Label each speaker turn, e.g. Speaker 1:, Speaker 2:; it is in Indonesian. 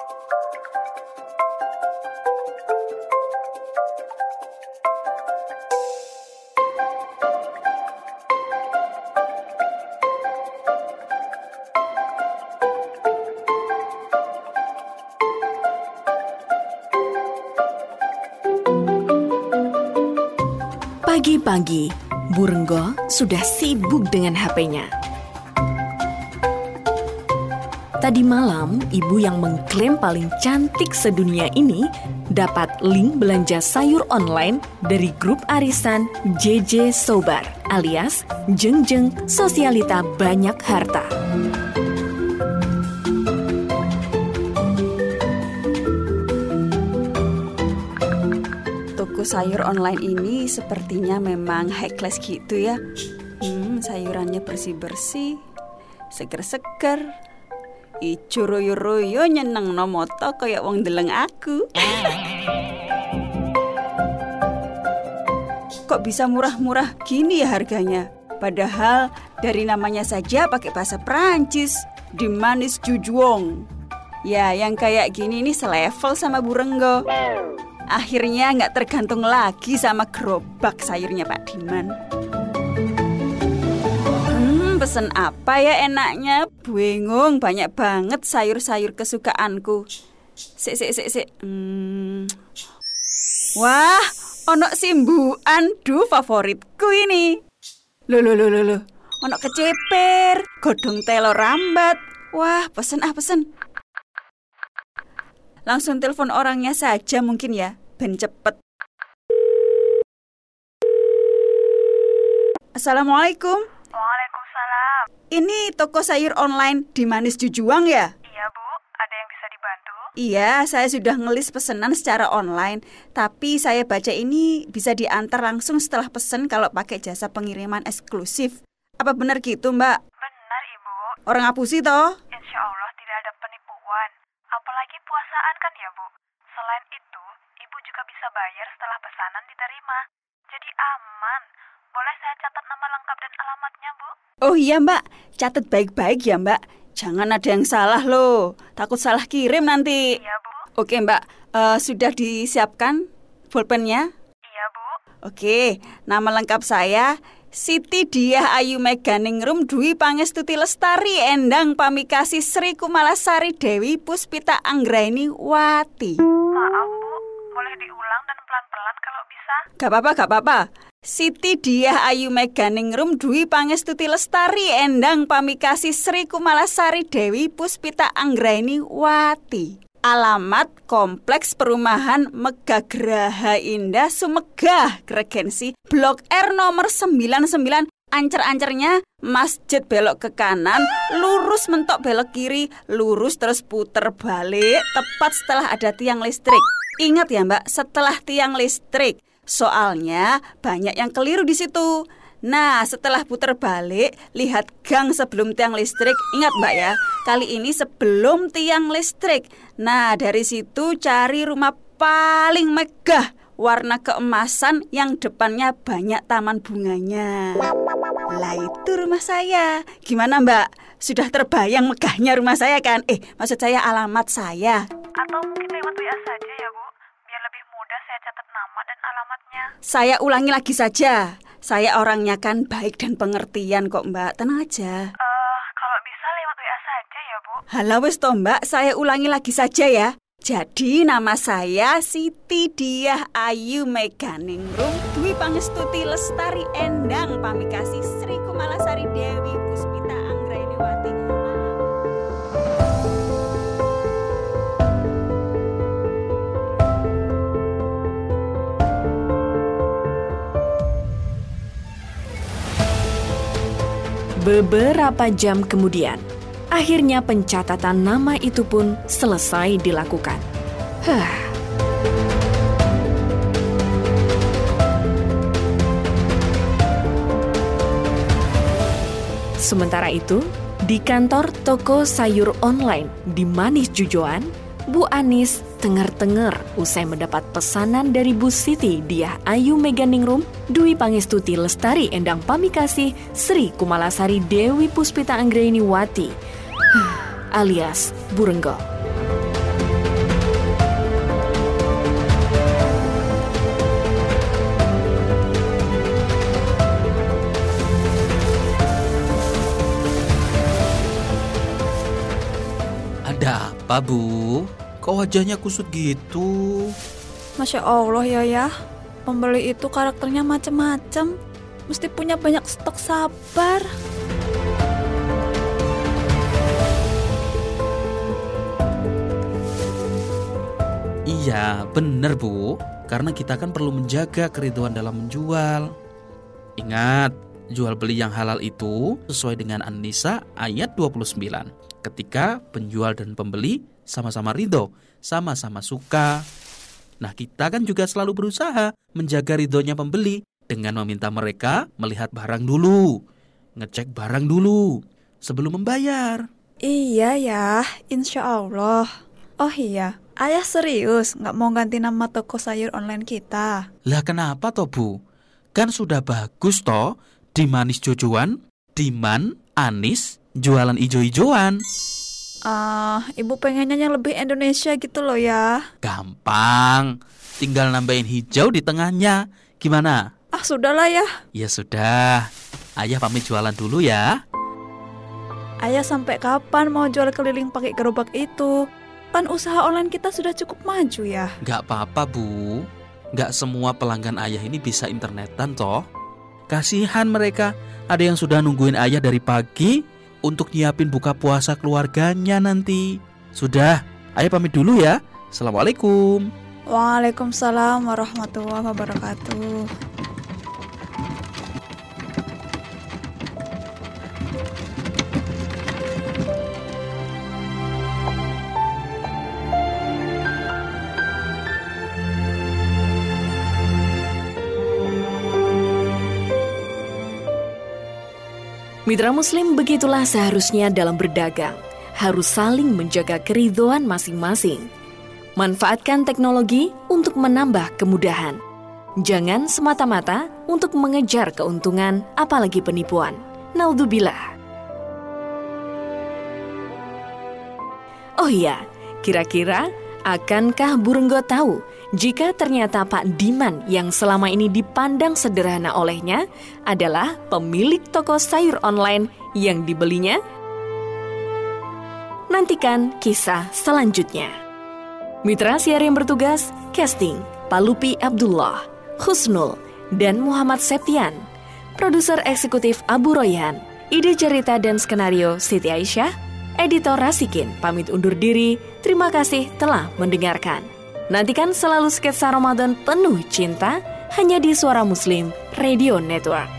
Speaker 1: Pagi-pagi, Bu Renggo sudah sibuk dengan HP-nya. Tadi malam, ibu yang mengklaim paling cantik sedunia ini dapat link belanja sayur online dari grup arisan JJ Sobar alias Jengjeng Sosialita Banyak Harta.
Speaker 2: Toko sayur online ini sepertinya memang high class gitu ya. Sayurannya bersih-bersih, seger-seger, ijo royo-royo nyeneng no moto kayak wong deleng aku. Kok bisa murah-murah gini ya harganya? Padahal dari namanya saja pakai bahasa Prancis, di manis jujuong. Ya, yang kayak gini nih selevel sama Bu Renggo. Akhirnya nggak tergantung lagi sama gerobak sayurnya Pak Diman. Pesen apa ya enaknya? Bingung, banyak banget sayur-sayur kesukaanku. Sik. Wah, ono simbuan, favoritku ini. Loh. Ono keceper, godong telo rambat. Wah, pesen. Langsung telepon orangnya saja mungkin ya, ben cepet. Assalamualaikum.
Speaker 3: Waalaikumsalam.
Speaker 2: Ini toko sayur online di Manis Jujuang ya?
Speaker 3: Iya Bu, ada yang bisa dibantu?
Speaker 2: Iya, saya sudah ngelis pesanan secara online. Tapi saya baca ini bisa diantar langsung setelah pesen kalau pakai jasa pengiriman eksklusif. Apa benar gitu Mbak?
Speaker 3: Benar Ibu.
Speaker 2: Orang ngapusi toh?
Speaker 3: Insya Allah tidak ada penipuan. Apalagi puasaan kan ya Bu. Selain itu, Ibu juga bisa bayar setelah pesanan diterima. Jadi aman. Boleh saya catat nama lengkap dan alamatnya Bu?
Speaker 2: Oh iya Mbak, catat baik-baik ya Mbak. Jangan ada yang salah loh. Takut salah kirim nanti.
Speaker 3: Iya Bu.
Speaker 2: Oke Mbak, sudah disiapkan pulpennya?
Speaker 3: Iya Bu.
Speaker 2: Oke, nama lengkap saya Siti Diah Ayu Meganingrum Dwi Pangestuti Lestari Endang Pamikasi Sri Kumalasari Dewi Puspita Anggraini Wati.
Speaker 3: Maaf Bu, boleh diulang dan pelan-pelan kalau bisa?
Speaker 2: Gak apa-apa. Siti Diah Ayu Meganingrum Dwi Pangestuti Lestari Endang Pamikasi Sri Kumalasari Dewi Puspita Anggraini Wati. Alamat Kompleks Perumahan Megagraha Indah Sumegah Regensi Blok R nomor 99. Ancer-ancernya masjid belok ke kanan, lurus mentok belok kiri, lurus terus puter balik tepat setelah ada tiang listrik. Ingat ya Mbak, setelah tiang listrik. Soalnya banyak yang keliru di situ. Nah, setelah putar balik, lihat gang sebelum tiang listrik. Ingat Mbak ya, kali ini sebelum tiang listrik. Nah, dari situ cari rumah paling megah, warna keemasan yang depannya banyak taman bunganya. Lah itu rumah saya. Gimana Mbak? Sudah terbayang megahnya rumah saya kan? Maksud saya alamat saya.
Speaker 3: Atau mungkin lewat WA saja ya Bu, biar lebih mudah saya catat nama dan alamatnya.
Speaker 2: Saya ulangi lagi saja. Saya orangnya kan baik dan pengertian kok Mbak, tenang aja.
Speaker 3: Kalau bisa lewat WA saja ya Bu.
Speaker 2: Halah wis toh Mbak, saya ulangi lagi saja ya. Jadi nama saya Siti Diah Ayu Meganingrum Dwi Pangestuti Lestari Endang Pamikasi Sri Kumalasari Dewi Puspita Anggraini Wati.
Speaker 1: Beberapa jam kemudian, akhirnya pencatatan nama itu pun selesai dilakukan. Sementara itu, di kantor toko sayur online di Manis Jujuan, Bu Anis tenger-tenger usai mendapat pesanan dari Bu Siti Diah Ayu Meganingrum Dwi Pangestuti Lestari Endang Pamikasi Sri Kumalasari Dewi Puspita Anggraini Wati alias Bu Renggo.
Speaker 4: Ada apa, Bu? Kok wajahnya kusut gitu?
Speaker 5: Masya Allah ya. Pembeli itu karakternya macam-macam. Mesti punya banyak stok sabar.
Speaker 4: Iya, bener Bu. Karena kita kan perlu menjaga keriduan dalam menjual. Ingat, jual beli yang halal itu sesuai dengan An-Nisa ayat 29. Ketika penjual dan pembeli sama-sama ridho, sama-sama suka. Nah, kita kan juga selalu berusaha menjaga ridhonya pembeli dengan meminta mereka melihat barang dulu, ngecek barang dulu sebelum membayar.
Speaker 5: Iya ya, insya Allah. Oh iya, Ayah serius gak mau ganti nama toko sayur online kita?
Speaker 4: Lah kenapa toh Bu? Kan sudah bagus toh, di Manis Jojoan, Diman, Anis, jualan ijo-ijoan.
Speaker 5: Ibu pengennya yang lebih Indonesia gitu loh ya.
Speaker 4: Gampang, tinggal nambahin hijau di tengahnya. Gimana?
Speaker 5: Sudahlah ya.
Speaker 4: Ya sudah, Ayah pamit jualan dulu ya.
Speaker 5: Ayah sampai kapan mau jual keliling pakai gerobak itu? Kan usaha online kita sudah cukup maju ya.
Speaker 4: Gak apa-apa Bu, gak semua pelanggan Ayah ini bisa internetan toh. Kasihan mereka, ada yang sudah nungguin Ayah dari pagi untuk nyiapin buka puasa keluarganya nanti. Sudah, Ayah pamit dulu ya. Assalamualaikum.
Speaker 5: Waalaikumsalam warahmatullahi wabarakatuh.
Speaker 1: Mitra Muslim, begitulah seharusnya dalam berdagang. Harus saling menjaga keridhoan masing-masing. Manfaatkan teknologi untuk menambah kemudahan. Jangan semata-mata untuk mengejar keuntungan, apalagi penipuan. Naudzubillah. Oh iya, kira-kira akankah Bu Renggo tahu jika ternyata Pak Diman yang selama ini dipandang sederhana olehnya adalah pemilik toko sayur online yang dibelinya? Nantikan kisah selanjutnya. Mitra siar yang bertugas, casting, Palupi Abdullah, Husnul, dan Muhammad Septian. Produser eksekutif Abu Royhan, ide cerita dan skenario Siti Aisyah, editor Rasikin, pamit undur diri, terima kasih telah mendengarkan. Nantikan selalu sketsa Ramadan penuh cinta hanya di Suara Muslim Radio Network.